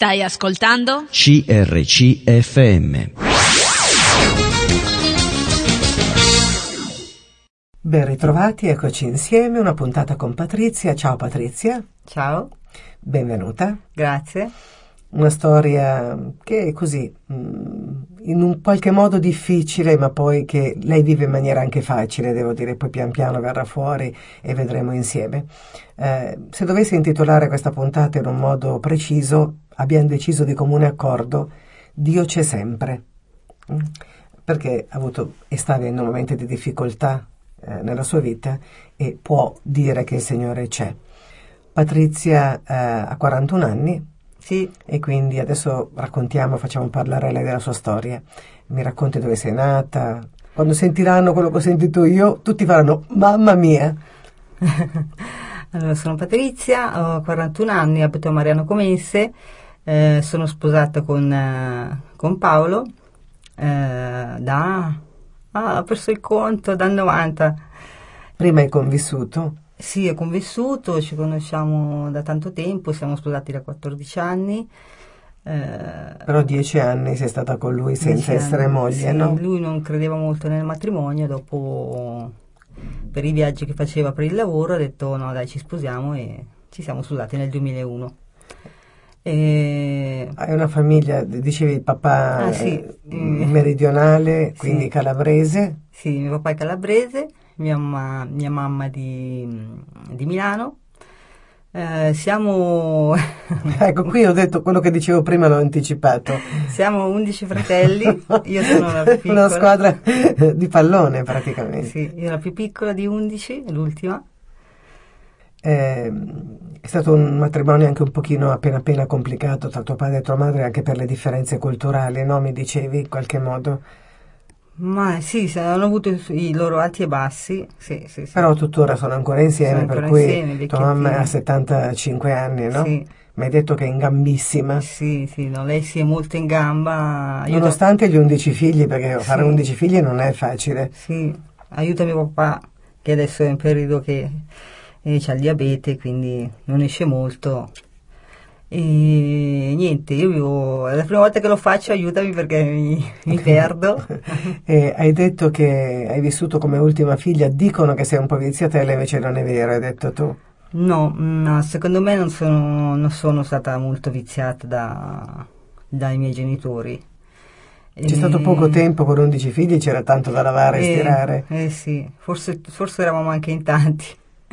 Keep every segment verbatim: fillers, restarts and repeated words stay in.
Stai ascoltando C R C F M. Ben ritrovati, eccoci insieme, una puntata con Patrizia. Ciao Patrizia. Ciao. Benvenuta. Grazie. Una storia che è così, in un qualche modo difficile, ma poi che lei vive in maniera anche facile, devo dire, poi pian piano verrà fuori e vedremo insieme. Eh, se dovessi intitolare questa puntata in un modo preciso, abbiamo deciso di comune accordo: Dio c'è sempre, perché ha avuto e sta avendo momenti di difficoltà eh, nella sua vita e può dire che il Signore c'è. Patrizia eh, ha quarantuno anni. Sì. E quindi adesso raccontiamo, facciamo parlare a lei della sua storia. Mi racconti dove sei nata. Quando sentiranno quello che ho sentito io, tutti faranno mamma mia. Allora, sono Patrizia, ho quarantuno anni, abito a Mariano Comense, eh, sono sposata con, eh, con Paolo eh, da... Ah, ho perso il conto, dal novanta. Prima hai convissuto? Sì, ho convissuto, ci conosciamo da tanto tempo, siamo sposati da quattordici anni. Eh, Però dieci anni sei stata con lui senza essere anni, moglie, sì, no? Lui non credeva molto nel matrimonio, dopo per i viaggi che faceva per il lavoro ha detto no dai, ci sposiamo, e ci siamo sposati nel duemilauno. E... Hai una famiglia, dicevi il papà ah, sì. eh, meridionale, quindi sì. Calabrese? Sì, mio papà è calabrese. Mia, ma, mia mamma di, di Milano. Eh, siamo Ecco, qui ho detto quello che dicevo prima, l'ho anticipato. Siamo undici fratelli, io sono la più piccola. Una squadra di pallone praticamente. Sì, io la più piccola di undici, l'ultima. Eh, è stato un matrimonio anche un pochino appena appena complicato tra tuo padre e tua madre, anche per le differenze culturali, no? Mi dicevi in qualche modo. Ma sì, hanno avuto i loro alti e bassi, sì, sì, sì. Però tuttora sono ancora insieme, sono per ancora cui insieme, tua mamma ha settantacinque anni, no? Sì. Mi hai detto che è in gambissima. Sì, sì, no, lei si è molto in gamba. Aiuta... Nonostante gli undici figli, perché sì. fare undici figli non è facile. Sì, aiuta mio papà, che adesso è in periodo che eh, ha il diabete, quindi non esce molto. E niente, io vivo, è la prima volta che lo faccio, aiutami perché mi, mi perdo. E hai detto che hai vissuto come ultima figlia, dicono che sei un po' viziatella, invece non è vero, hai detto tu. No, no, secondo me non sono, non sono stata molto viziata da, dai miei genitori. C'è e... stato poco tempo con undici figli, c'era tanto da lavare e eh, stirare. Eh sì, forse, forse eravamo anche in tanti.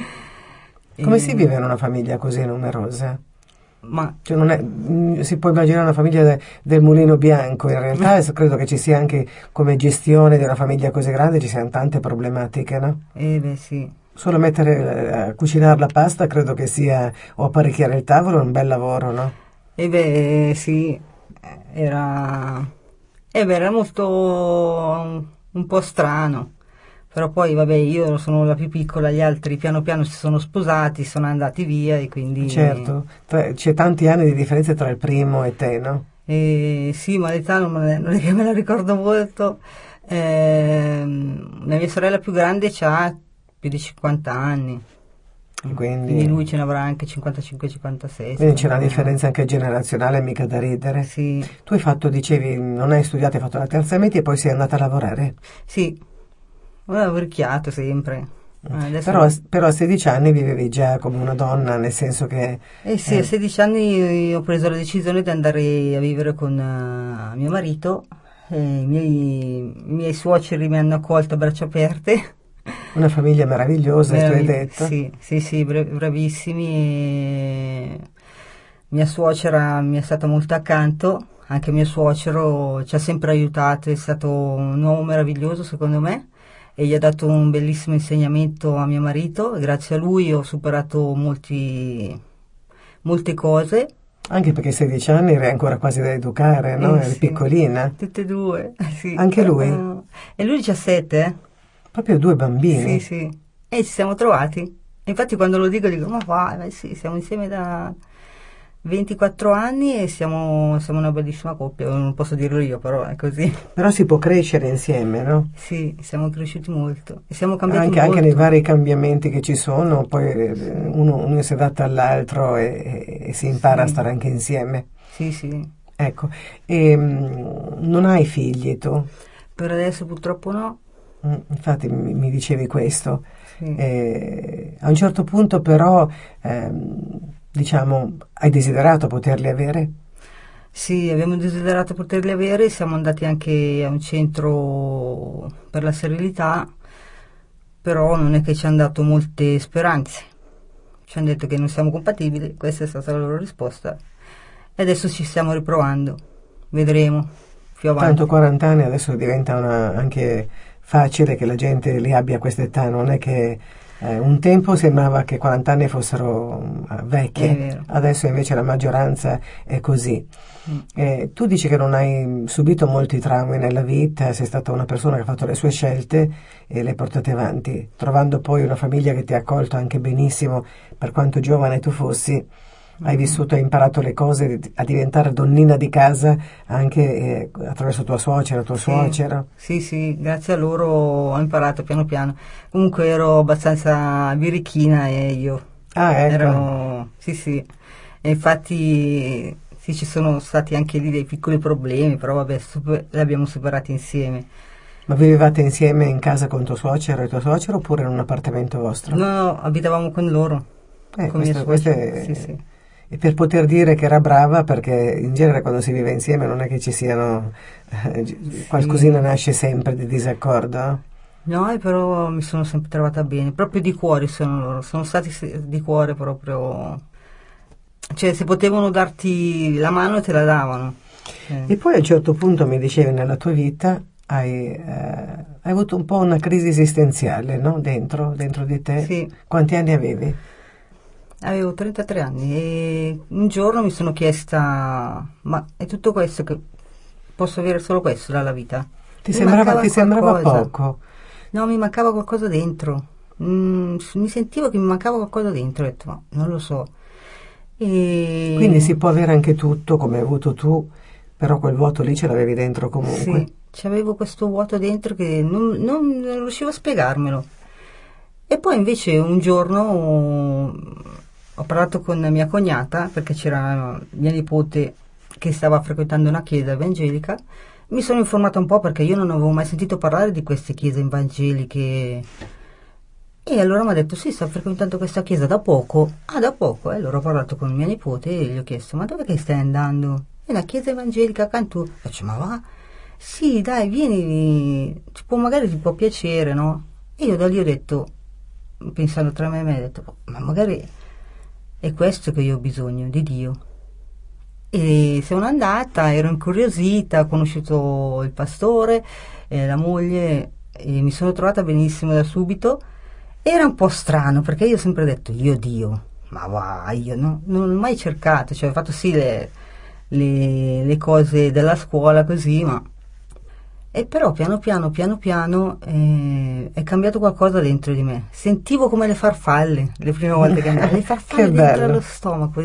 Come e... si vive in una famiglia così numerosa? Ma Cioè non è, si può immaginare una famiglia de, del Mulino Bianco, in realtà credo che ci sia anche, come gestione di una famiglia così grande, ci siano tante problematiche, no? Eh beh sì. Solo mettere a cucinare la pasta credo che sia, o apparecchiare il tavolo, è un bel lavoro, no? Eh beh sì, era, eh beh, era molto un, un po' strano. Però poi, vabbè, io sono la più piccola, gli altri piano piano si sono sposati, sono andati via e quindi... Certo, c'è tanti anni di differenza tra il primo e te, no? Eh, sì, ma l'età non, me- non è che me la ricordo molto. Eh, la mia sorella più grande ha più di cinquanta anni. Quindi, quindi lui ce ne avrà anche cinquantacinque cinquantasei. Quindi c'è una differenza anche generazionale, mica da ridere. Sì. Tu hai fatto, dicevi, non hai studiato, hai fatto la terza media e poi sei andata a lavorare? Sì. Ho lavoricchiato sempre. Adesso Però, a, però a sedici anni vivevi già come una donna, nel senso che... Eh sì, eh, a sedici anni ho preso la decisione di andare a vivere con uh, mio marito. E i, miei, i miei suoceri mi hanno accolto a braccia aperte. Una famiglia meravigliosa, tu hai detto? Sì, sì, sì, bravissimi. E mia suocera mi è stata molto accanto, anche mio suocero ci ha sempre aiutato, è stato un uomo meraviglioso secondo me. E gli ha dato un bellissimo insegnamento a mio marito, e grazie a lui ho superato molti, molte cose. Anche perché a sedici anni eri ancora quasi da educare, no? Eh, Eri sì, piccolina. Tutte e due, sì. Anche lui? Uh, e lui diciassette, eh? Proprio due bambini? Sì, sì. E ci siamo trovati. E infatti quando lo dico dico, ma vai, vai, sì, siamo insieme da ventiquattro anni e siamo, siamo una bellissima coppia, non posso dirlo io, però è così. Però si può crescere insieme, no? Sì, siamo cresciuti molto e siamo cambiati Anche, molto. anche nei vari cambiamenti che ci sono, poi uno, uno si adatta all'altro e, e si impara sì. a stare anche insieme. Sì, sì. Ecco, e mh, non hai figli tu? Per adesso purtroppo no. Mm, infatti mi, mi dicevi questo. Sì. E a un certo punto però, ehm, diciamo, hai desiderato poterli avere? Sì, abbiamo desiderato poterli avere, siamo andati anche a un centro per la sterilità, però non è che ci hanno dato molte speranze. Ci hanno detto che non siamo compatibili, questa è stata la loro risposta. E adesso ci stiamo riprovando, vedremo più avanti. Tanto quaranta anni adesso diventa una, anche facile che la gente li abbia a questa età, non è che eh, un tempo sembrava che quaranta anni fossero uh, vecchie, È vero. adesso invece la maggioranza è così. Mm. Eh, tu dici che non hai subito molti traumi nella vita, sei stata una persona che ha fatto le sue scelte e le hai portate avanti, trovando poi una famiglia che ti ha accolto anche benissimo per quanto giovane tu fossi. Hai vissuto, hai imparato le cose, a diventare donnina di casa anche eh, attraverso tua suocera, tuo Sì, suocero. sì, sì, grazie a loro ho imparato piano piano. Comunque ero abbastanza birichina e io Ah, ecco. ero, sì, sì. E infatti sì, ci sono stati anche lì dei piccoli problemi, però vabbè, super- li abbiamo superati insieme. Ma vivevate insieme in casa con tuo suocero e tuo suocero oppure in un appartamento vostro? No, no, abitavamo con loro, Eh, con mia questo, questo suocera, è, sì, sì. è per poter dire che era brava, perché in genere quando si vive insieme non è che ci siano, eh, qualcosina nasce sempre di disaccordo. No, eh, però mi sono sempre trovata bene, proprio di cuore sono loro, sono stati se- di cuore proprio, cioè se potevano darti la mano te la davano. Cioè, E poi a un certo punto mi dicevi nella tua vita hai, eh, hai avuto un po' una crisi esistenziale, no? Dentro, dentro di te. sì, Quanti anni avevi? avevo trentatré anni e un giorno mi sono chiesta, ma è tutto questo che posso avere solo questo dalla vita? Ti Mi sembrava, mancava ti sembrava qualcosa. poco. No, mi mancava qualcosa dentro. Mm, s- mi sentivo che mi mancava qualcosa dentro, ho detto, ma non lo so. E Quindi si può avere anche tutto come hai avuto tu, però quel vuoto lì ce l'avevi dentro comunque. sì, c'avevo questo vuoto dentro che non, non- non riuscivo a spiegarmelo. E poi invece un giorno ho, ho parlato con mia cognata, perché c'era mia nipote che stava frequentando una chiesa evangelica. Mi sono informata un po' perché io non avevo mai sentito parlare di queste chiese evangeliche. E allora mi ha detto, sì, sto frequentando questa chiesa da poco. Ah, da poco? E allora ho parlato con mia nipote e gli ho chiesto, ma dove che stai andando? È una chiesa evangelica accanto. Faccio, ma va? Sì, dai, vieni, ci può, magari ti può piacere, no? E io da lì ho detto, pensando tra me e me, ho detto, ma magari è questo che io ho bisogno, di Dio. E sono andata, ero incuriosita, ho conosciuto il pastore, eh, la moglie, e mi sono trovata benissimo da subito. Era un po' strano perché io ho sempre detto io Dio, ma va, io no, non ho mai cercato, cioè ho fatto sì le, le, le cose della scuola così, ma... E però piano piano, piano piano eh, è cambiato qualcosa dentro di me. Sentivo come le farfalle, le prime volte che andavo, le farfalle Che dentro bello. allo stomaco.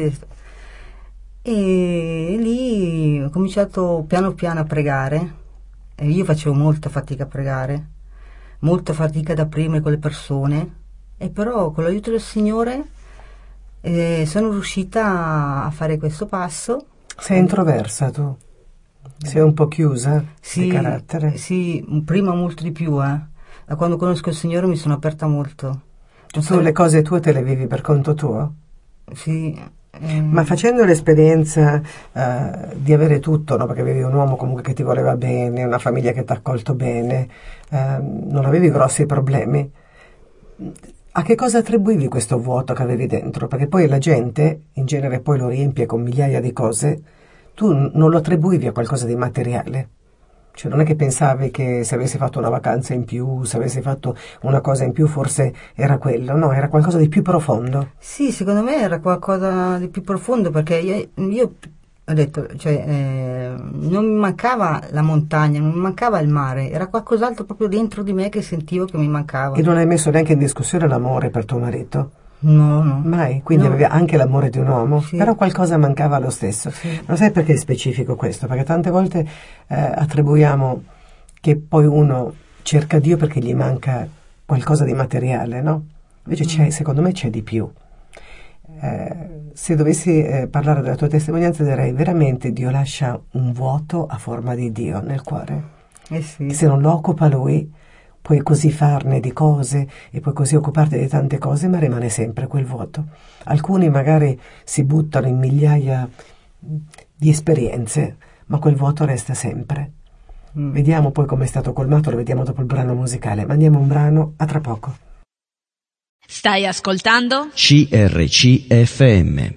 E lì ho cominciato piano piano a pregare. E io facevo molta fatica a pregare, molta fatica ad aprirmi con le persone, e però con l'aiuto del Signore eh, sono riuscita a fare questo passo. Sei introversa tu? Sei un po' chiusa di Sì, carattere? sì, prima molto di più, eh. Da quando conosco il Signore mi sono aperta molto. Non Tu so- le cose tue te le vivi per conto tuo? Sì, eh, Ma facendo l'esperienza eh, di avere tutto, no? Perché avevi un uomo comunque che ti voleva bene, una famiglia che ti ha accolto bene, eh, non avevi grossi problemi. A che cosa attribuivi questo vuoto che avevi dentro? Perché poi la gente, in genere, poi lo riempie con migliaia di cose, tu n- non lo attribuivi a qualcosa di materiale. Cioè non è che pensavi che se avessi fatto una vacanza in più, se avessi fatto una cosa in più, forse era quello. No, era qualcosa di più profondo. sì, secondo me era qualcosa di più profondo perché io, io ho detto, cioè, eh, non mi mancava la montagna, non mi mancava il mare, era qualcos'altro proprio dentro di me che sentivo che mi mancava. E non hai messo neanche in discussione l'amore per tuo marito? No, no. Mai, quindi No. avevi anche l'amore di un uomo, Sì. però qualcosa mancava lo stesso. Sì. Non sai perché è specifico questo? Perché tante volte eh, attribuiamo che poi uno cerca Dio perché gli manca qualcosa di materiale, no? Invece c'è, secondo me c'è di più. Eh, se dovessi eh, parlare della tua testimonianza direi veramente Dio lascia un vuoto a forma di Dio nel cuore. Eh sì. Se non lo occupa Lui, puoi così farne di cose e puoi così occuparti di tante cose, ma rimane sempre quel vuoto. Alcuni magari si buttano in migliaia di esperienze, ma quel vuoto resta sempre. Mm. Vediamo poi come è stato colmato, lo vediamo dopo il brano musicale. Mandiamo un brano, a tra poco. Stai ascoltando? C R C F M.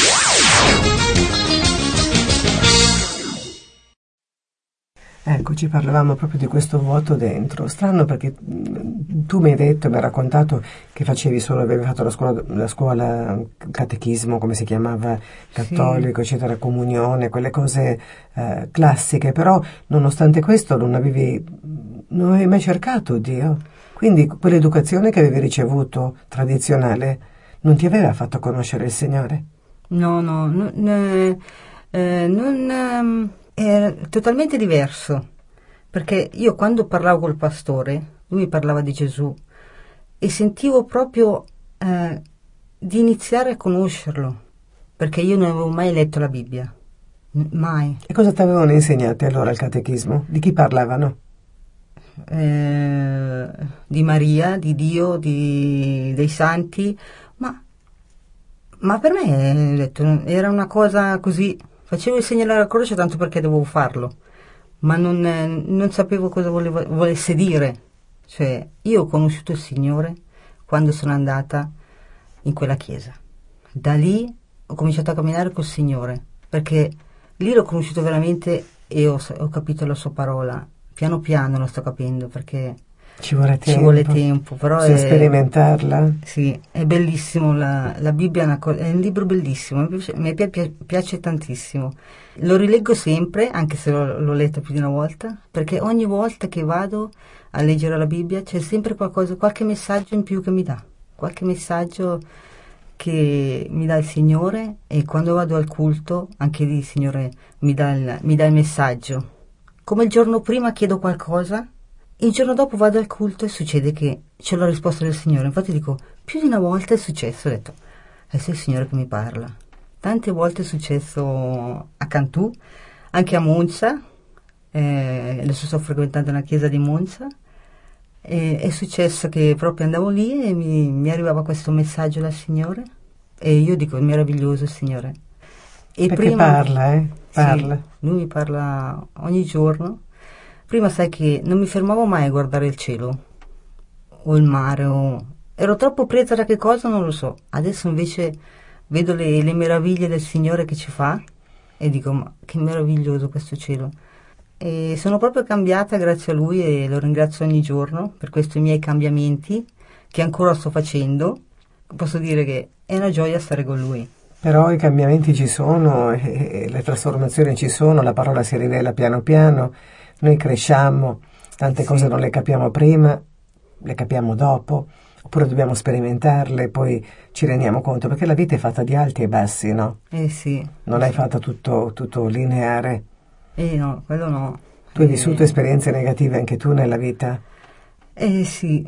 Ecco, ci parlavamo proprio di questo vuoto dentro. Strano perché tu mi hai detto, mi hai raccontato che facevi solo, avevi fatto la scuola, la scuola catechismo, come si chiamava, cattolico, sì, eccetera, comunione, quelle cose eh, classiche, però nonostante questo non avevi, non avevi mai cercato Dio. Quindi quell'educazione che avevi ricevuto, tradizionale, non ti aveva fatto conoscere il Signore? No, no, no eh, eh, non... Um... È totalmente diverso, perché io quando parlavo col pastore, lui mi parlava di Gesù e sentivo proprio eh, di iniziare a conoscerlo, perché io non avevo mai letto la Bibbia, mai. E cosa ti avevano insegnato allora al catechismo? Di chi parlavano? Eh, di Maria, di Dio, di, dei santi, ma, ma per me ho detto, era una cosa così. Facevo il segno della croce tanto perché dovevo farlo, ma non, eh, non sapevo cosa voleva, volesse dire. Cioè, io ho conosciuto il Signore quando sono andata in quella chiesa. Da lì ho cominciato a camminare col Signore, perché lì l'ho conosciuto veramente e ho, ho capito la sua parola. Piano piano lo sto capendo, perché ci vuole tempo, ci vuole tempo però se è, sperimentarla. Sì, è bellissimo, la, la Bibbia è, una co- è un libro bellissimo, mi piace, mi piace, piace tantissimo. Lo rileggo sempre, anche se l'ho, l'ho letto più di una volta, perché ogni volta che vado a leggere la Bibbia c'è sempre qualcosa, qualche messaggio in più che mi dà, qualche messaggio che mi dà il Signore, e quando vado al culto anche lì il Signore mi dà il, mi dà il messaggio. Come il giorno prima chiedo qualcosa, il giorno dopo vado al culto e succede che c'è la risposta del Signore. Infatti dico, più di una volta è successo, ho detto, adesso è il Signore che mi parla. Tante volte è successo a Cantù, anche a Monza, eh, adesso sto frequentando una chiesa di Monza, e è successo che proprio andavo lì e mi, mi arrivava questo messaggio dal Signore, e io dico, è meraviglioso il Signore. E perché prima, parla, eh? Parla. Sì, lui mi parla ogni giorno. Prima sai che non mi fermavo mai a guardare il cielo o il mare, o... ero troppo presa da che cosa, non lo so. Adesso invece vedo le, le meraviglie del Signore che ci fa e dico, ma che meraviglioso questo cielo. E sono proprio cambiata grazie a Lui e lo ringrazio ogni giorno per questi miei cambiamenti che ancora sto facendo. Posso dire che è una gioia stare con Lui. Però i cambiamenti ci sono, e, e le trasformazioni ci sono, la parola si rivela piano piano. Noi cresciamo, tante sì. cose non le capiamo prima, le capiamo dopo, oppure dobbiamo sperimentarle e poi ci rendiamo conto, perché la vita è fatta di alti e bassi, no? Eh sì. Non sì. è fatta tutto, tutto lineare. Eh no, quello no. Tu hai eh... vissuto esperienze negative anche tu nella vita? Eh sì,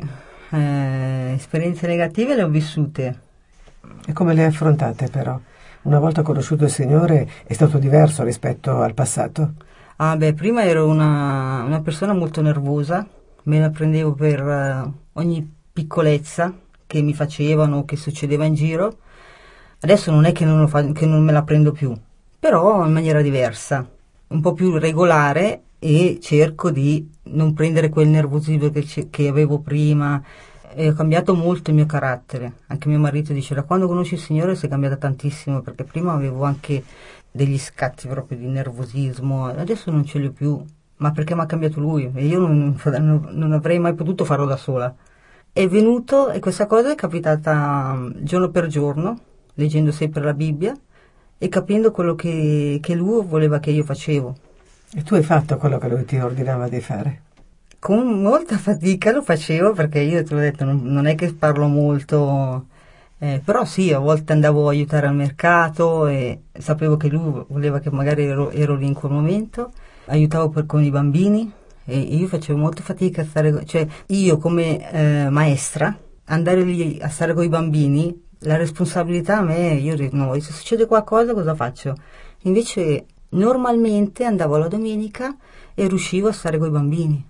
eh, esperienze negative le ho vissute. E come le hai affrontate però? Una volta conosciuto il Signore è stato diverso rispetto al passato? Ah beh, prima ero una, una persona molto nervosa, me la prendevo per uh, ogni piccolezza che mi facevano, che succedeva in giro. Adesso non è che non, lo fa, che non me la prendo più, però in maniera diversa, un po' più regolare, e cerco di non prendere quel nervosismo che, che avevo prima. E ho cambiato molto il mio carattere. Anche mio marito dice, da quando conosci il Signore sei cambiata tantissimo, perché prima avevo anche degli scatti proprio di nervosismo, adesso non ce li ho più, ma perché mi ha cambiato Lui e io non, non avrei mai potuto farlo da sola. È venuto, e questa cosa è capitata giorno per giorno, leggendo sempre la Bibbia e capendo quello che, che Lui voleva che io facevo. E tu hai fatto quello che Lui ti ordinava di fare? Con molta fatica lo facevo, perché io te l'ho detto, non, non è che parlo molto, eh, però sì, a volte andavo a aiutare al mercato e sapevo che lui voleva che magari ero, ero lì in quel momento, aiutavo per, con i bambini, e io facevo molta fatica a stare, cioè io come eh, maestra, andare lì a stare con i bambini la responsabilità a me, io dico, no, se succede qualcosa cosa faccio? Invece normalmente andavo la domenica e riuscivo a stare con i bambini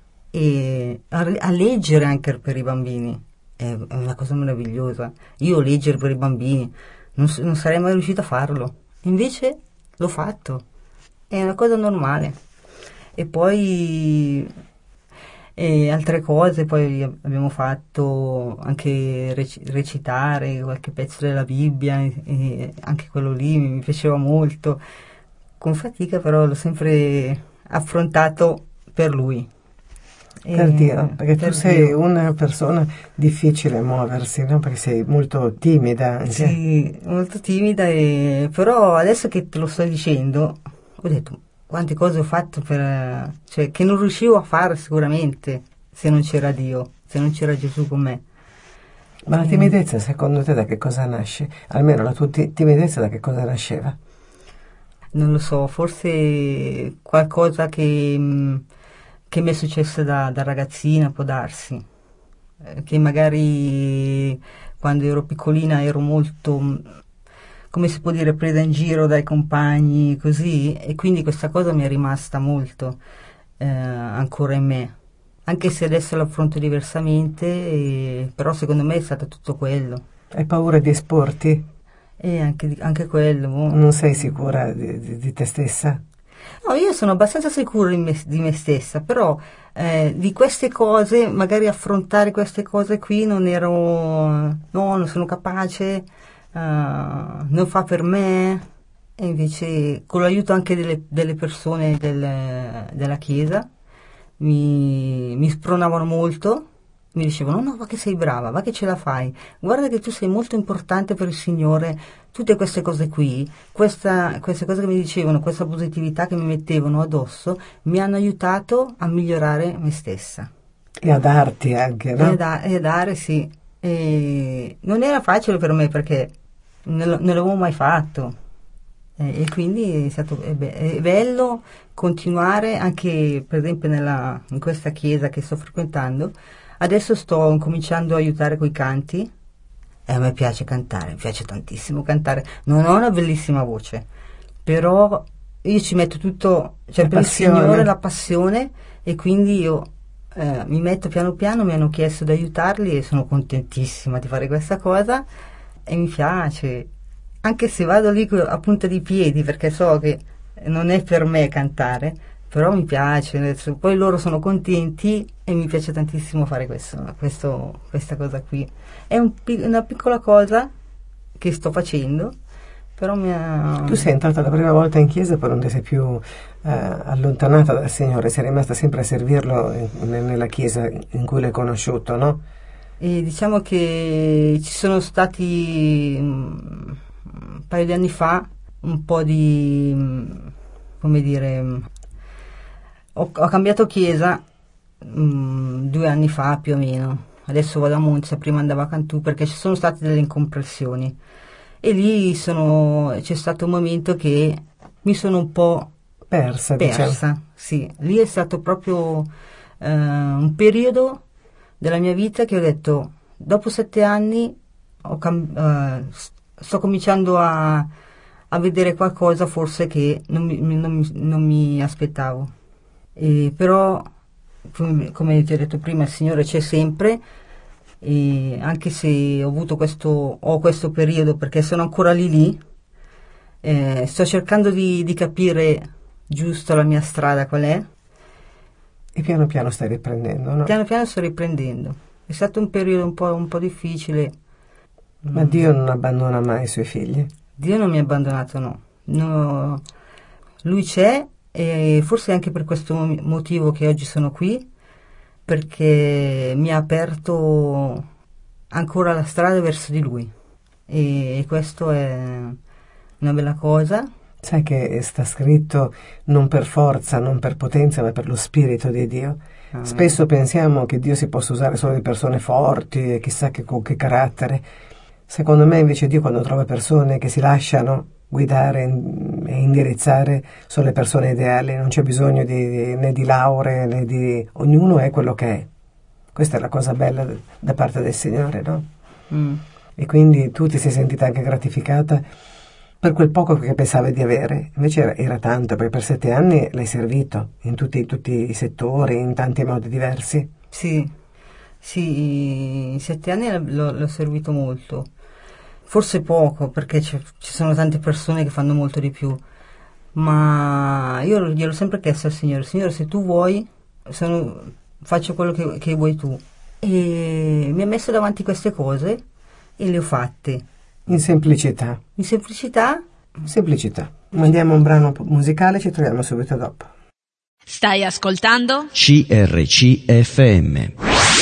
e a, a leggere anche per i bambini, è una cosa meravigliosa. Io leggere per i bambini non, non sarei mai riuscita a farlo, invece l'ho fatto, è una cosa normale. E poi e altre cose, poi abbiamo fatto anche rec- recitare qualche pezzo della Bibbia, e, e anche quello lì mi piaceva molto, con fatica, però l'ho sempre affrontato per lui. Per E, Dio, perché per tu sei Dio. una persona difficile a muoversi, no? Perché sei molto timida anche. Sì, molto timida, e, però adesso che te lo sto dicendo, ho detto quante cose ho fatto per, cioè, che non riuscivo a fare sicuramente se non c'era Dio, se non c'era Gesù con me. Ma la E, timidezza secondo te da che cosa nasce? Almeno la tua ti- timidezza da che cosa nasceva? non lo so, forse qualcosa che, mh, che mi è successo da, da ragazzina, può darsi. Eh, che magari quando ero piccolina ero molto, mh, come si può dire, presa in giro dai compagni, così, e quindi questa cosa mi è rimasta molto eh, ancora in me. Anche se adesso l'affronto diversamente, e- però secondo me è stato tutto quello. Hai paura di esporti? E anche, di- anche quello. boh. Non sei sicura di, di- di te stessa? No, io sono abbastanza sicura di me, di me stessa, però eh, di queste cose, magari affrontare queste cose qui non ero, no, non sono capace, eh, non fa per me, e invece con l'aiuto anche delle, delle persone del- della chiesa mi, mi spronavano molto, mi dicevano no, va che sei brava, va che ce la fai, guarda che tu sei molto importante per il Signore, tutte queste cose qui, questa, queste cose che mi dicevano, questa positività che mi mettevano addosso, mi hanno aiutato a migliorare me stessa. E a darti anche, E, no? a da- e a dare, sì. E non era facile per me perché non, lo- non l'avevo mai fatto. E, e quindi è stato è be- è bello continuare anche, per esempio, nella, in questa chiesa che sto frequentando. Adesso sto cominciando a aiutare coi canti. E a me piace cantare, mi piace tantissimo cantare. Non ho una bellissima voce, però io ci metto tutto, cioè La per passione. il Signore la passione, e quindi io eh, mi metto piano piano, mi hanno chiesto di aiutarli e sono contentissima di fare questa cosa e mi piace. Anche se vado lì co- a punta di piedi perché so che non è per me cantare, però mi piace, adesso- poi loro sono contenti e mi piace tantissimo fare questo, questo- questa cosa qui. È un pi- una piccola cosa che sto facendo, però mi ha... Tu sei entrata la prima volta in chiesa, poi non ti sei più eh, allontanata dal Signore, sei rimasta sempre a servirlo in- nella chiesa in cui l'hai conosciuto, no? E diciamo che ci sono stati mm, un paio di anni fa un po' di, mm, come dire, mm, ho, ho cambiato chiesa mm, due anni fa più o meno. Adesso vado a Monza, prima andavo a Cantù perché ci sono state delle incomprensioni. E lì sono, c'è stato un momento che mi sono un po' Persa, diciamo. persa, sì. Lì è stato proprio eh, un periodo della mia vita che ho detto, dopo sette anni ho cam- eh, s- sto cominciando a, a vedere qualcosa forse che non mi, mi- non mi- non mi aspettavo. E però, come, come ti ho detto prima, il Signore c'è sempre, e anche se ho avuto questo, ho questo periodo perché sono ancora lì lì, eh, sto cercando di, di capire giusto la mia strada qual è. E piano piano stai riprendendo, no? Piano piano sto riprendendo. È stato un periodo un po', un po' difficile. Ma Dio non abbandona mai i suoi figli. Dio non mi ha abbandonato, no. No, lui c'è, e forse anche per questo mo- motivo che oggi sono qui, perché mi ha aperto ancora la strada verso di lui. E, e questo è una bella cosa. Sai che sta scritto non per forza, non per potenza, ma per lo Spirito di Dio. Ah, Spesso pensiamo che Dio si possa usare solo di persone forti e chissà che, con che carattere. Secondo me invece Dio, quando trova persone che si lasciano guidare in- e indirizzare, sono le persone ideali. Non c'è bisogno di, né di lauree né di... ognuno è quello che è. Questa è la cosa bella da parte del Signore, no? mm. e quindi tu ti sei sentita anche gratificata per quel poco che pensavi di avere. Invece era, era tanto, perché per sette anni l'hai servito in tutti, in tutti i settori, in tanti modi diversi. Sì, sì, in sette anni l'ho, l'ho servito molto. Forse poco, perché ci sono tante persone che fanno molto di più, ma io gliel'ho sempre chiesto al Signore: Signore, se tu vuoi, sono, faccio quello che, che vuoi tu. E mi ha messo davanti queste cose e le ho fatte. In semplicità. In semplicità? Semplicità. Mandiamo un brano musicale, ci troviamo subito dopo. Stai ascoltando? C R C F M.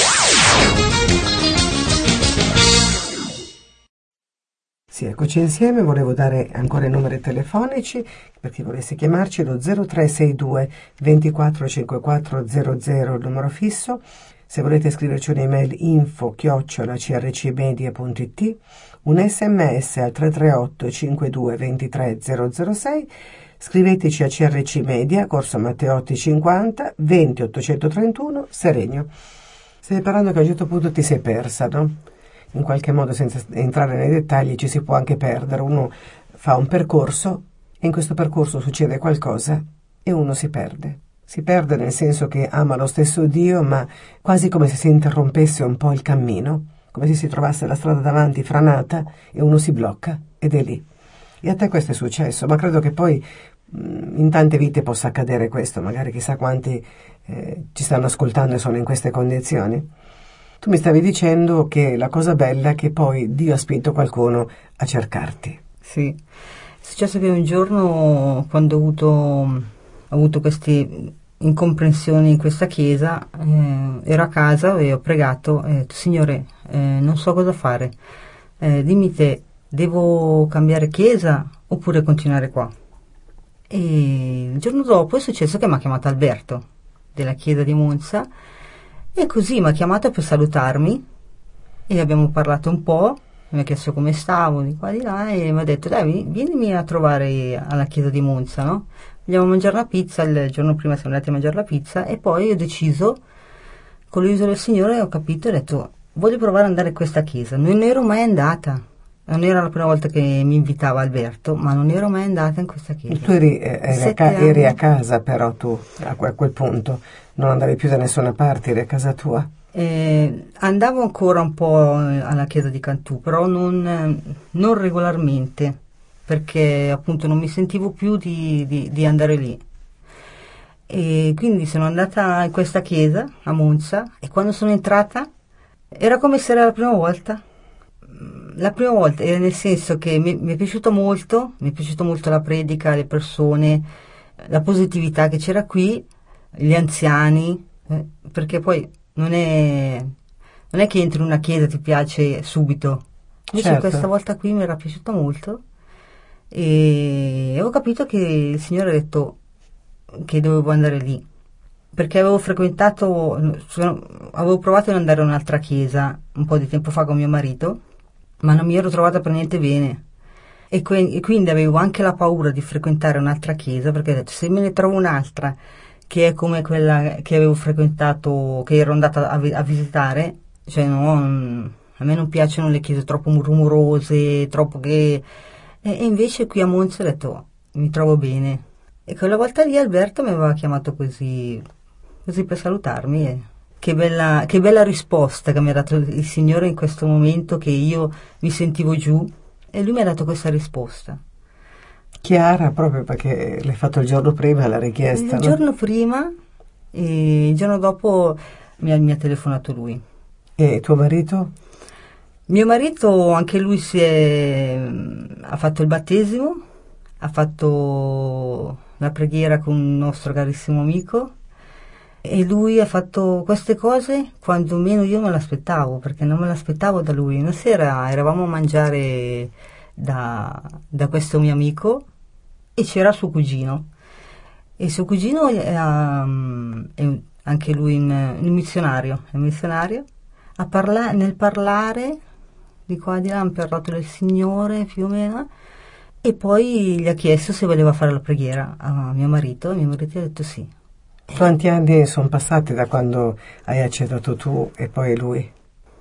Sì, eccoci insieme. Volevo dare ancora i numeri telefonici per chi volesse chiamarci: lo zero tre sei due ventiquattro cinquantaquattro zero zero, il numero fisso. Se volete scriverci un'email, info chiocciola crcmedia punto it, un sms al tre tre otto cinquantadue ventitré zero zero sei. Scriveteci a C R C Media, Corso Matteotti cinquanta, venti ottocentotrentuno, Seregno. Stai parlando che a un certo punto ti sei persa, no? In qualche modo, senza entrare nei dettagli, ci si può anche perdere. Uno fa un percorso e in questo percorso succede qualcosa e uno si perde. Si perde nel senso che ama lo stesso Dio, ma quasi come se si interrompesse un po' il cammino, come se si trovasse la strada davanti franata e uno si blocca ed è lì. E a te questo è successo, ma credo che poi mh, in tante vite possa accadere questo. Magari chissà quanti eh, ci stanno ascoltando e sono in queste condizioni. Tu mi stavi dicendo che la cosa bella è che poi Dio ha spinto qualcuno a cercarti. Sì, è successo che un giorno, quando ho avuto, ho avuto queste incomprensioni in questa chiesa, eh, ero a casa e ho pregato e ho detto: Signore, eh, non so cosa fare, eh, dimmi te, devo cambiare chiesa oppure continuare qua? E il giorno dopo è successo che mi ha chiamato Alberto della chiesa di Monza, e così mi ha chiamato per salutarmi e abbiamo parlato un po', mi ha chiesto come stavo di qua di là e mi ha detto: dai, vienimi a trovare alla chiesa di Monza, no? Andiamo a mangiare la pizza. Il giorno prima siamo andati a mangiare la pizza e poi ho deciso, con l'aiuto del Signore, ho capito e ho detto: voglio provare ad andare a questa chiesa. Non ero mai andata, non era la prima volta che mi invitava Alberto, ma non ero mai andata in questa chiesa. Tu eri, eri, a, ca- eri a casa, però tu a quel punto non andavi più da nessuna parte, eri a casa tua? Eh, andavo ancora un po' alla chiesa di Cantù, però non, non regolarmente, perché appunto non mi sentivo più di, di, di andare lì. E quindi sono andata in questa chiesa a Monza e quando sono entrata era come se era la prima volta. La prima volta, era nel senso che mi, mi è piaciuto molto, mi è piaciuto molto la predica, le persone, la positività che c'era qui, gli anziani, eh, perché poi non è, non è che entri in una chiesa e ti piace subito. Invece certo. Questa volta qui mi era piaciuto molto e ho capito che il Signore ha detto che dovevo andare lì, perché avevo frequentato, avevo provato ad andare a un'altra chiesa un po' di tempo fa con mio marito, ma non mi ero trovata per niente bene e, que- e quindi avevo anche la paura di frequentare un'altra chiesa, perché ho detto: se me ne trovo un'altra che è come quella che avevo frequentato, che ero andata a, vi- a visitare, cioè no, a me non piacciono le chiese troppo rumorose, troppo che... E, e invece qui a Monza ho detto: mi trovo bene. E quella volta lì Alberto mi aveva chiamato così, così per salutarmi e... Che bella, che bella risposta che mi ha dato il Signore in questo momento che io mi sentivo giù, e lui mi ha dato questa risposta. Chiara, proprio perché l'hai fatto il giorno prima la richiesta. Il no? giorno prima e il giorno dopo mi ha, mi ha telefonato lui. E tuo marito? Mio marito, anche lui si è, ha fatto il battesimo, ha fatto la preghiera con un nostro carissimo amico. E lui ha fatto queste cose quando meno io me l'aspettavo, perché non me l'aspettavo da lui. Una sera eravamo a mangiare da, da questo mio amico e c'era suo cugino. E suo cugino è, um, è anche lui un, un missionario, è un missionario. A parla- nel parlare di qua e di là hanno parlato del Signore più o meno, e poi gli ha chiesto se voleva fare la preghiera a mio marito, e mio marito gli ha detto sì. Quanti anni sono passati da quando hai accettato tu e poi lui?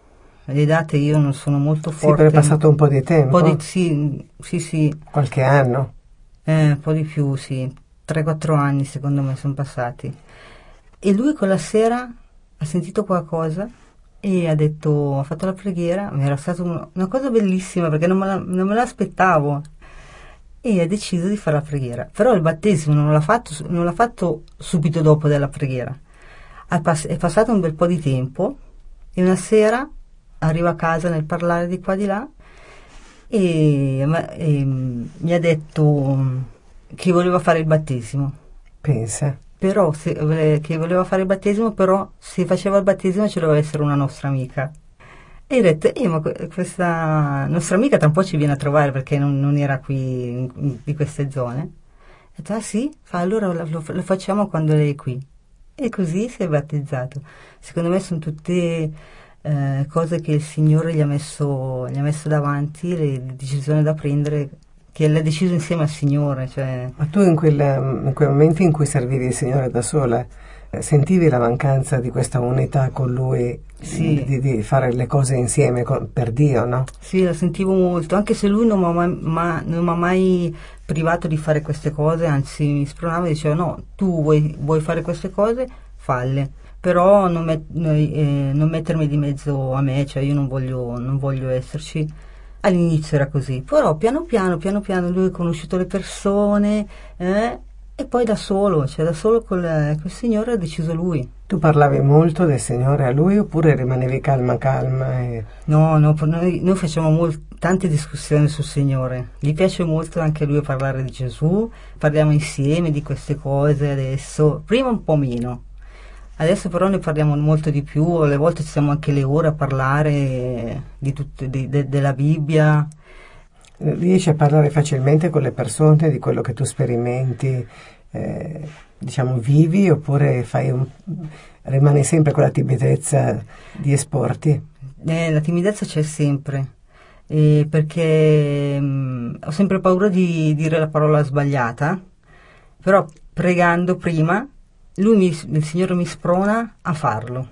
le date io non sono molto Sì, forte. però è passato un po' di tempo. Un po' di, sì, sì, sì. Qualche anno. Eh, un po' di più, sì. tre quattro anni secondo me sono passati. E lui quella sera ha sentito qualcosa e ha detto, ha fatto la preghiera, mi era stata un- una cosa bellissima perché non me, la, non me l'aspettavo. E ha deciso di fare la preghiera. Però il battesimo non l'ha fatto, non l'ha fatto subito dopo della preghiera. Ha pass- è passato un bel po' di tempo e una sera arriva a casa nel parlare di qua di là e, ma- e, mm, mi ha detto mm, che voleva fare il battesimo. Pensa. Però se, eh, che voleva fare il battesimo, però se faceva il battesimo ci doveva essere una nostra amica. E ho detto, eh, ma que- questa nostra amica tra un po' ci viene a trovare perché non, non era qui in, in, in queste zone. Ho detto, ah sì? Fa, allora lo, lo- lo facciamo quando lei è qui. E così si è battezzato. Secondo me sono tutte eh, cose che il Signore gli ha messo, gli ha messo davanti, le decisioni da prendere, che l'ha deciso insieme al Signore. Cioè, Ma tu in, quel, in quei momenti in cui servivi il Signore da sola, eh, sentivi la mancanza di questa unità con Lui, Sì. di, di fare le cose insieme con- per Dio, no? sì, la sentivo molto, anche se lui non mi ha mai, ma- non m'ha mai privato di fare queste cose, anzi mi spronava e diceva no, tu vuoi, vuoi fare queste cose, falle, però non, met- eh, non mettermi di mezzo a me, cioè io non voglio, non voglio esserci. All'inizio era così, però piano piano, piano piano lui ha conosciuto le persone eh, e poi da solo, cioè da solo col, col Signore ha deciso lui. Tu parlavi molto del Signore a Lui oppure rimanevi calma calma? E... No, no, per noi, noi facciamo molt- tante discussioni sul Signore. Gli piace molto anche a lui parlare di Gesù, parliamo insieme di queste cose adesso. Prima un po' meno, adesso però ne parliamo molto di più, alle volte ci siamo anche le ore a parlare di tutto, di- de- della Bibbia. Riesci a parlare facilmente con le persone di quello che tu sperimenti, eh, diciamo, vivi, oppure fai un, rimani sempre con la timidezza di esporti? Eh, la timidezza c'è sempre, eh, perché mh, ho sempre paura di dire la parola sbagliata, però pregando prima, lui mi- il Signore mi sprona a farlo,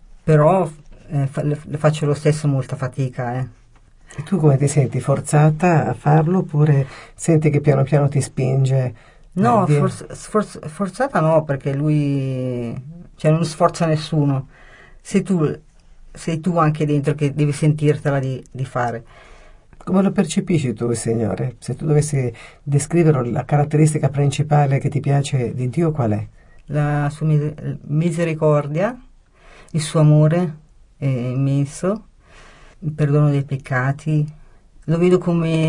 però eh, fa- le, le faccio lo stesso molta fatica. Eh. E tu come ti senti? Forzata a farlo oppure senti che piano piano ti spinge? No, a dire- forz- sforz- forzata no, perché lui cioè, non sforza nessuno, sei tu, sei tu anche dentro che devi sentirtela di, di fare. Come lo percepisci tu, il Signore? Se tu dovessi descriverlo, la caratteristica principale che ti piace di Dio qual è? La sua mis- misericordia, il suo amore è immenso, il perdono dei peccati, lo vedo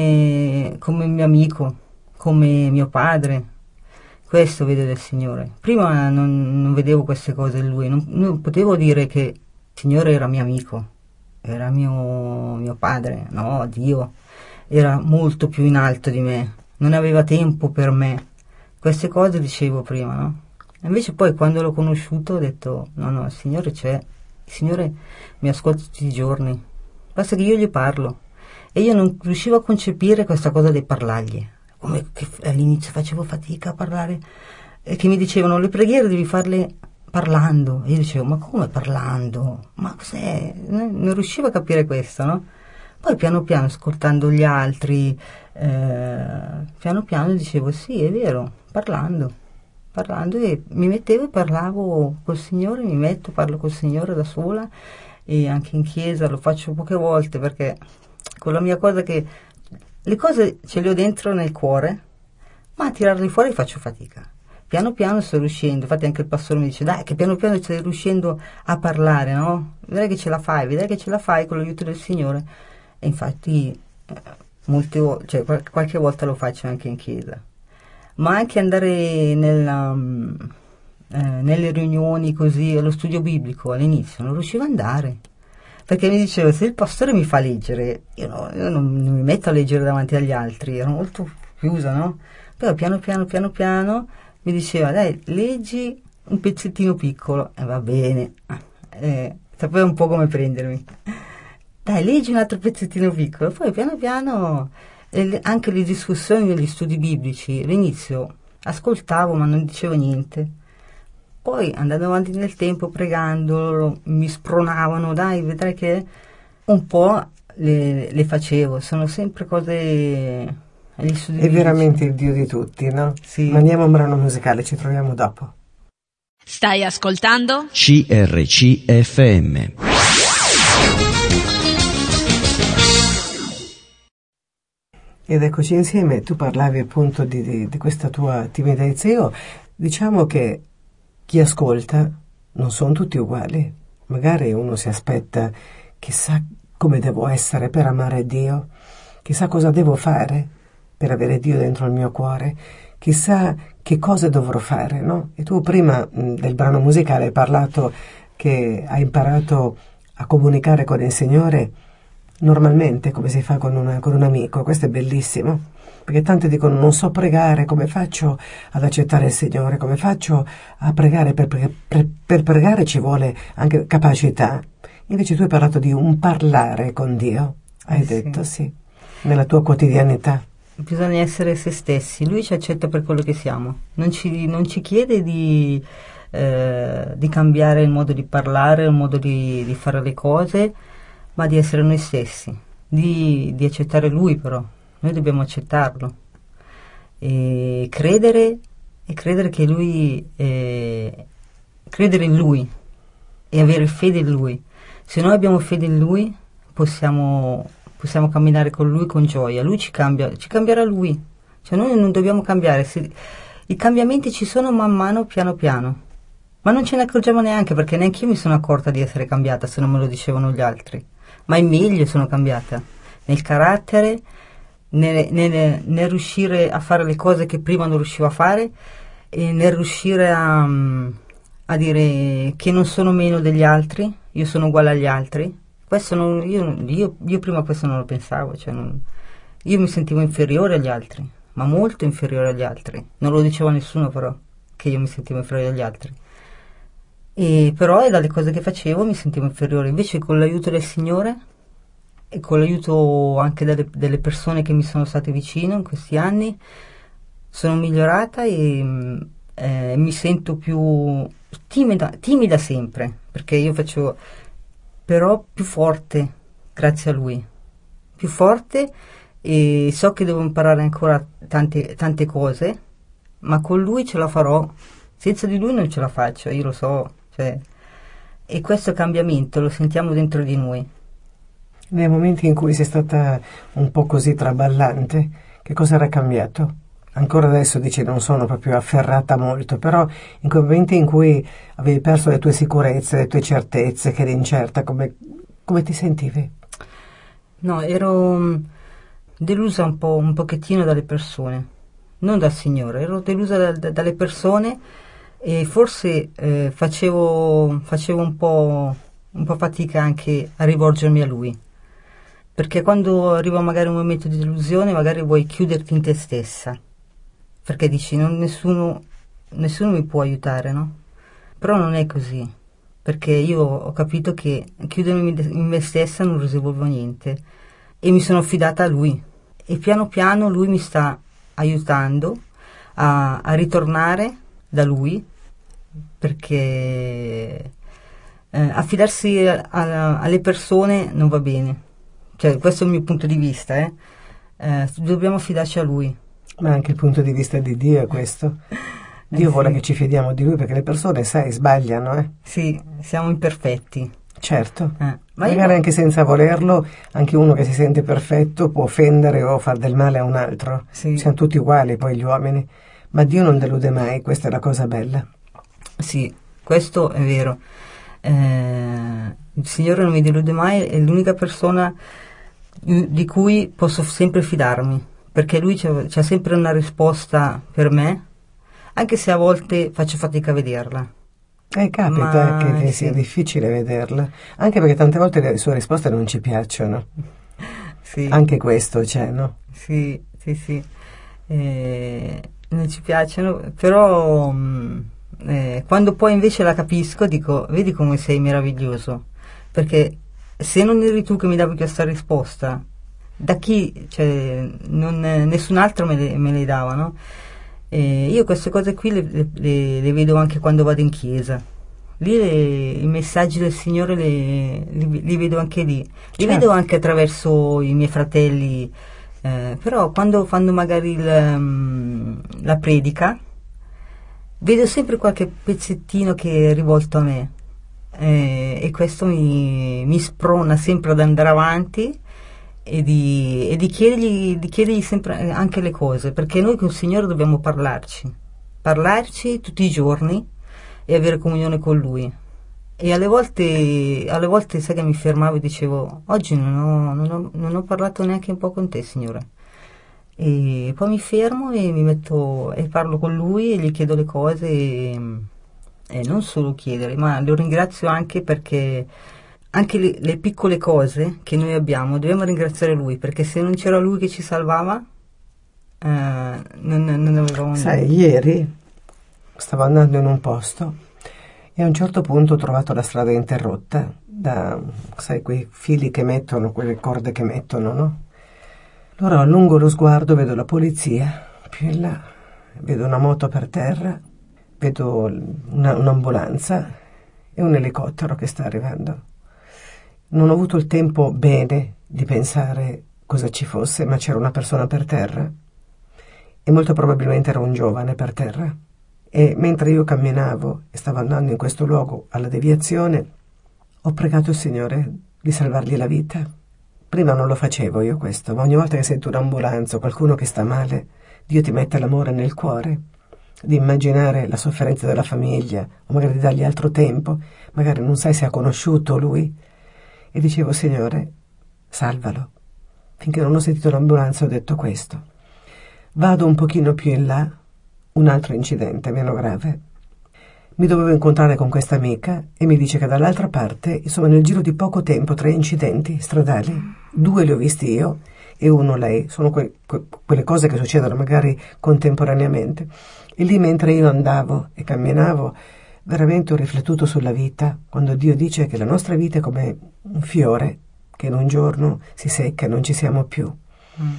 come, come mio amico, come mio padre, questo vedo del Signore. Prima non, non vedevo queste cose in lui, non, non potevo dire che il Signore era mio amico, era mio, mio padre, no, Dio, era molto più in alto di me, non aveva tempo per me, queste cose dicevo prima, no? Invece poi quando l'ho conosciuto ho detto no no il Signore c'è, il Signore mi ascolta tutti i giorni, basta che io gli parlo e io non riuscivo a concepire questa cosa di parlargli, come che all'inizio facevo fatica a parlare e che mi dicevano le preghiere devi farle parlando e io dicevo ma come parlando, ma cos'è, non riuscivo a capire questo, no? Poi piano piano ascoltando gli altri eh, piano piano dicevo sì è vero, parlando parlando e mi mettevo e parlavo col Signore, mi metto, parlo col Signore da sola e anche in chiesa lo faccio poche volte perché con la mia cosa che le cose ce le ho dentro nel cuore ma a tirarle fuori faccio fatica. Piano piano sto riuscendo, infatti anche il pastore mi dice dai che piano piano stai riuscendo a parlare, no? Vedrai che ce la fai, vedrai che ce la fai con l'aiuto del Signore e infatti eh, molte vo- cioè, qual- qualche volta lo faccio anche in chiesa. Ma anche andare nella, um, eh, nelle riunioni così, allo studio biblico all'inizio non riuscivo ad andare perché mi dicevo se il pastore mi fa leggere io, no, io non, non mi metto a leggere davanti agli altri, ero molto chiusa, no? Però piano piano piano piano mi diceva dai leggi un pezzettino piccolo e eh, va bene, eh, sapeva un po' come prendermi, dai leggi un altro pezzettino piccolo, poi piano piano e anche le discussioni degli studi biblici all'inizio ascoltavo ma non dicevo niente, poi andando avanti nel tempo pregando loro mi spronavano dai vedrai che un po' le, le facevo, sono sempre cose... È veramente il Dio di tutti, no? Sì. Ma andiamo a un brano musicale, ci troviamo dopo. Stai ascoltando? C R C F M. Ed eccoci insieme, tu parlavi appunto di, di, di questa tua timidezza. Io diciamo che chi ascolta non sono tutti uguali. Magari uno si aspetta, chissà come devo essere per amare Dio, chissà cosa devo fare per avere Dio dentro il mio cuore, chissà che cosa dovrò fare, no? E tu prima mh, del brano musicale hai parlato che hai imparato a comunicare con il Signore normalmente, come si fa con, una, con un amico. Questo è bellissimo, perché tanti dicono non so pregare, come faccio ad accettare il Signore, come faccio a pregare? Per, per, per pregare ci vuole anche capacità. Invece tu hai parlato di un parlare con Dio, hai eh detto sì. sì, nella tua quotidianità. Bisogna essere se stessi, lui ci accetta per quello che siamo, non ci, non ci chiede di, eh, di cambiare il modo di parlare, il modo di, di fare le cose, ma di essere noi stessi, di, di accettare lui. Però noi dobbiamo accettarlo e credere, e credere che lui, eh, credere in lui e avere fede in lui. Se noi abbiamo fede in lui possiamo, possiamo camminare con lui con gioia, lui ci cambia, ci cambierà lui, cioè noi non dobbiamo cambiare. Se, i cambiamenti ci sono man mano, piano piano, ma non ce ne accorgiamo neanche, perché neanche io mi sono accorta di essere cambiata se non me lo dicevano gli altri. Ma in meglio sono cambiata, nel carattere, nel, nel, nel riuscire a fare le cose che prima non riuscivo a fare, e nel riuscire a, a dire che non sono meno degli altri, io sono uguale agli altri. Questo non, io, io, io prima questo non lo pensavo, cioè non, io mi sentivo inferiore agli altri, ma molto inferiore agli altri. Non lo diceva nessuno però, che io mi sentivo inferiore agli altri. E però e dalle cose che facevo mi sentivo inferiore. Invece con l'aiuto del Signore e con l'aiuto anche delle, delle persone che mi sono state vicino in questi anni, sono migliorata e eh, mi sento più timida, timida sempre, perché io facevo, però più forte grazie a lui, più forte, e so che devo imparare ancora tante, tante cose, ma con lui ce la farò. Senza di lui non ce la faccio, io lo so. E questo cambiamento lo sentiamo dentro di noi. Nei momenti in cui sei stata un po' così traballante, che cosa era cambiato? Ancora adesso dici non sono proprio afferrata molto, però in quei momenti in cui avevi perso le tue sicurezze, le tue certezze, che eri incerta, come, come ti sentivi? No, ero delusa un po', un pochettino dalle persone, non dal Signore, ero delusa da, da, dalle persone. E forse eh, facevo, facevo un po', un po' fatica anche a rivolgermi a lui, perché quando arriva magari un momento di delusione magari vuoi chiuderti in te stessa, perché dici non, nessuno, nessuno mi può aiutare, no? Però non è così, perché io ho capito che chiudermi in me stessa non risolvo niente e mi sono affidata a lui, e piano piano lui mi sta aiutando a, a ritornare da lui, perché eh, affidarsi a, a, alle persone non va bene, cioè questo è il mio punto di vista, eh. Eh, dobbiamo affidarci a lui. Ma anche il punto di vista di Dio è questo. Dio eh vuole sì. che ci fidiamo di lui, perché le persone, sai, sbagliano, eh? Sì, siamo imperfetti. Certo, eh, ma magari io... anche senza volerlo, anche uno che si sente perfetto può offendere o far del male a un altro. Sì. Siamo tutti uguali poi gli uomini. Ma Dio non delude mai, questa è la cosa bella. Sì, questo è vero. Eh, il Signore non mi delude mai, è l'unica persona di cui posso sempre fidarmi, perché Lui c'ha, c'ha sempre una risposta per me, anche se a volte faccio fatica a vederla. Eh, capita Ma, che sì. sia difficile vederla, anche perché tante volte le sue risposte non ci piacciono. Sì. Anche questo c'è, no? Sì, sì, sì. Eh, non ci piacciono, però eh, quando poi invece la capisco dico, vedi come sei meraviglioso, perché se non eri tu che mi davi questa risposta, da chi, cioè non, nessun altro me le, me le dava, no? E io queste cose qui le, le, le vedo anche quando vado in chiesa, lì le, i messaggi del Signore le, li, li vedo anche lì, li certo. vedo anche attraverso i miei fratelli, eh, però quando fanno magari il, um, la predica vedo sempre qualche pezzettino che è rivolto a me, eh, e questo mi, mi sprona sempre ad andare avanti e di, e di chiedergli, di chiedergli sempre anche le cose, perché noi con il Signore dobbiamo parlarci parlarci tutti i giorni e avere comunione con Lui. E alle volte, alle volte sai che mi fermavo e dicevo: oggi non ho, non ho, non ho parlato neanche un po' con te, Signore. E poi mi fermo e mi metto e parlo con Lui e gli chiedo le cose, e, e non solo chiedere, ma lo ringrazio anche perché anche le, le piccole cose che noi abbiamo dobbiamo ringraziare Lui, perché se non c'era Lui che ci salvava, eh, non, non avevamo sai, niente. ieri stavo andando in un posto e a un certo punto ho trovato la strada interrotta da, sai, quei fili che mettono, quelle corde che mettono, no? Allora allungo lo sguardo, vedo la polizia più in là, vedo una moto per terra, vedo una, un'ambulanza e un elicottero che sta arrivando. Non ho avuto il tempo bene di pensare cosa ci fosse, ma c'era una persona per terra e molto probabilmente era un giovane per terra. E mentre io camminavo e stavo andando in questo luogo alla deviazione, ho pregato il Signore di salvargli la vita. Prima non lo facevo io questo, ma ogni volta che sento un'ambulanza o qualcuno che sta male, Dio ti mette l'amore nel cuore di immaginare la sofferenza della famiglia, o magari di dargli altro tempo, magari non sai se ha conosciuto lui. E dicevo: Signore, salvalo. Finché non ho sentito l'ambulanza ho detto questo. Vado un pochino più in là, un altro incidente meno grave. Mi dovevo incontrare con questa amica e mi dice che dall'altra parte, insomma nel giro di poco tempo, tre incidenti stradali, due li ho visti io e uno lei. Sono que- que- quelle cose che succedono magari contemporaneamente. E lì mentre io andavo e camminavo, veramente ho riflettuto sulla vita, quando Dio dice che la nostra vita è come un fiore che in un giorno si secca e non ci siamo più. Mm.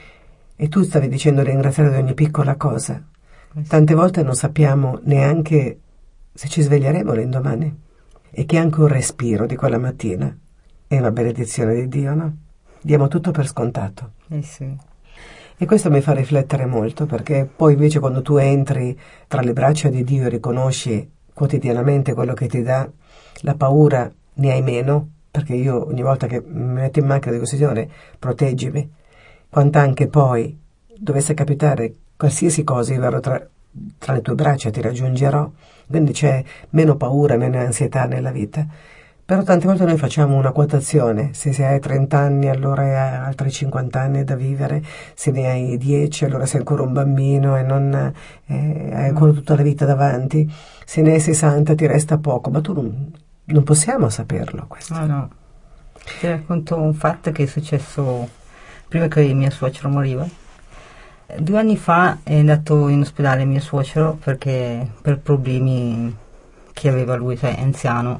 E tu stavi dicendo di ringraziare di ogni piccola cosa. Tante volte non sappiamo neanche se ci sveglieremo l'indomani e che anche un respiro di quella mattina è una benedizione di Dio, no? Diamo tutto per scontato. Eh sì. E questo mi fa riflettere molto, perché poi invece quando tu entri tra le braccia di Dio e riconosci quotidianamente quello che ti dà, la paura ne hai meno, perché io ogni volta che mi metto in macchina dico: Signore, proteggimi, quant'anche poi dovesse capitare qualsiasi cosa, io verrò tra, tra le tue braccia, ti raggiungerò. Quindi c'è meno paura, meno ansietà nella vita. Però tante volte noi facciamo una quotazione: se, se hai trenta anni allora hai altri cinquanta anni da vivere, se ne hai dieci allora sei ancora un bambino e non eh, hai ancora tutta la vita davanti, se ne hai sessanta ti resta poco. Ma tu non, non possiamo saperlo questo. No, no. Ti racconto un fatto che è successo prima che mia suocera moriva. Due anni fa è andato in ospedale mio suocero perché per problemi che aveva lui, cioè è anziano,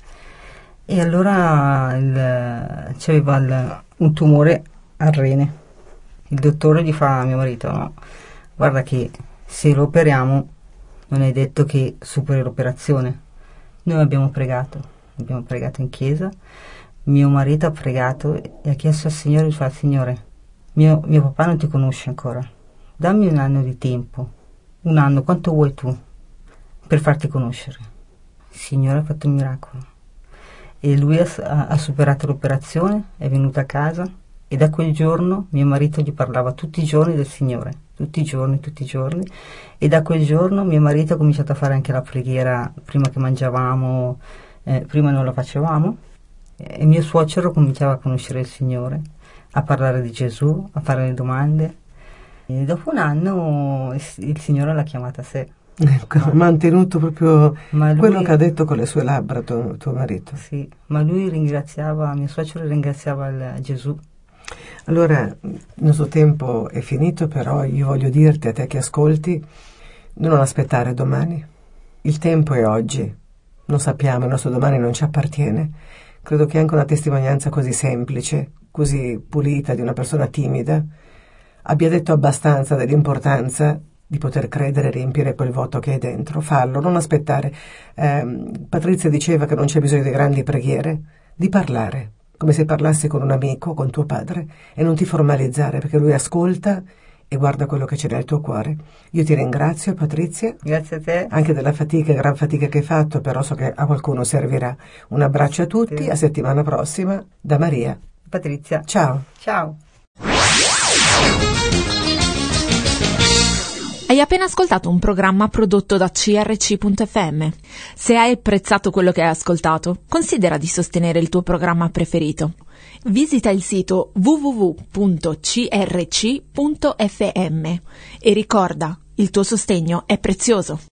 e allora il, c'aveva il, un tumore al rene. Il dottore gli fa a mio marito: no, guarda che se lo operiamo non è detto che superi l'operazione. Noi abbiamo pregato, abbiamo pregato in chiesa, mio marito ha pregato e ha chiesto al Signore, fa: Signore, mio, mio papà non ti conosce ancora, dammi un anno di tempo, un anno, quanto vuoi tu, per farti conoscere. Il Signore ha fatto un miracolo e lui ha, ha superato l'operazione, è venuto a casa e da quel giorno mio marito gli parlava tutti i giorni del Signore, tutti i giorni, tutti i giorni, e da quel giorno mio marito ha cominciato a fare anche la preghiera prima che mangiavamo, eh, prima non la facevamo, e mio suocero cominciava a conoscere il Signore, a parlare di Gesù, a fare le domande. E dopo un anno il, il Signore l'ha chiamata a sé. Ecco, ha mantenuto proprio lui, quello che ha detto con le sue labbra tuo, tuo marito. Sì, ma lui ringraziava, mio suocero ringraziava il Gesù. Allora, il nostro tempo è finito, però io voglio dirti a te che ascolti, non aspettare domani. Il tempo è oggi, non sappiamo, il nostro domani non ci appartiene. Credo che anche una testimonianza così semplice, così pulita, di una persona timida, abbia detto abbastanza dell'importanza di poter credere e riempire quel vuoto che è dentro. Fallo, non aspettare. Eh, Patrizia diceva che non c'è bisogno di grandi preghiere, di parlare, come se parlassi con un amico, con tuo padre, e non ti formalizzare, perché lui ascolta e guarda quello che c'è nel tuo cuore. Io ti ringrazio, Patrizia. Grazie a te. Anche della fatica, gran fatica che hai fatto, però so che a qualcuno servirà. Un abbraccio a tutti, Sì. a settimana prossima, da Maria. Patrizia. Ciao. Ciao. Hai appena ascoltato un programma prodotto da C R C punto F M. Se hai apprezzato quello che hai ascoltato, considera di sostenere il tuo programma preferito. Visita il sito w w w punto c r c punto f m e ricorda, il tuo sostegno è prezioso.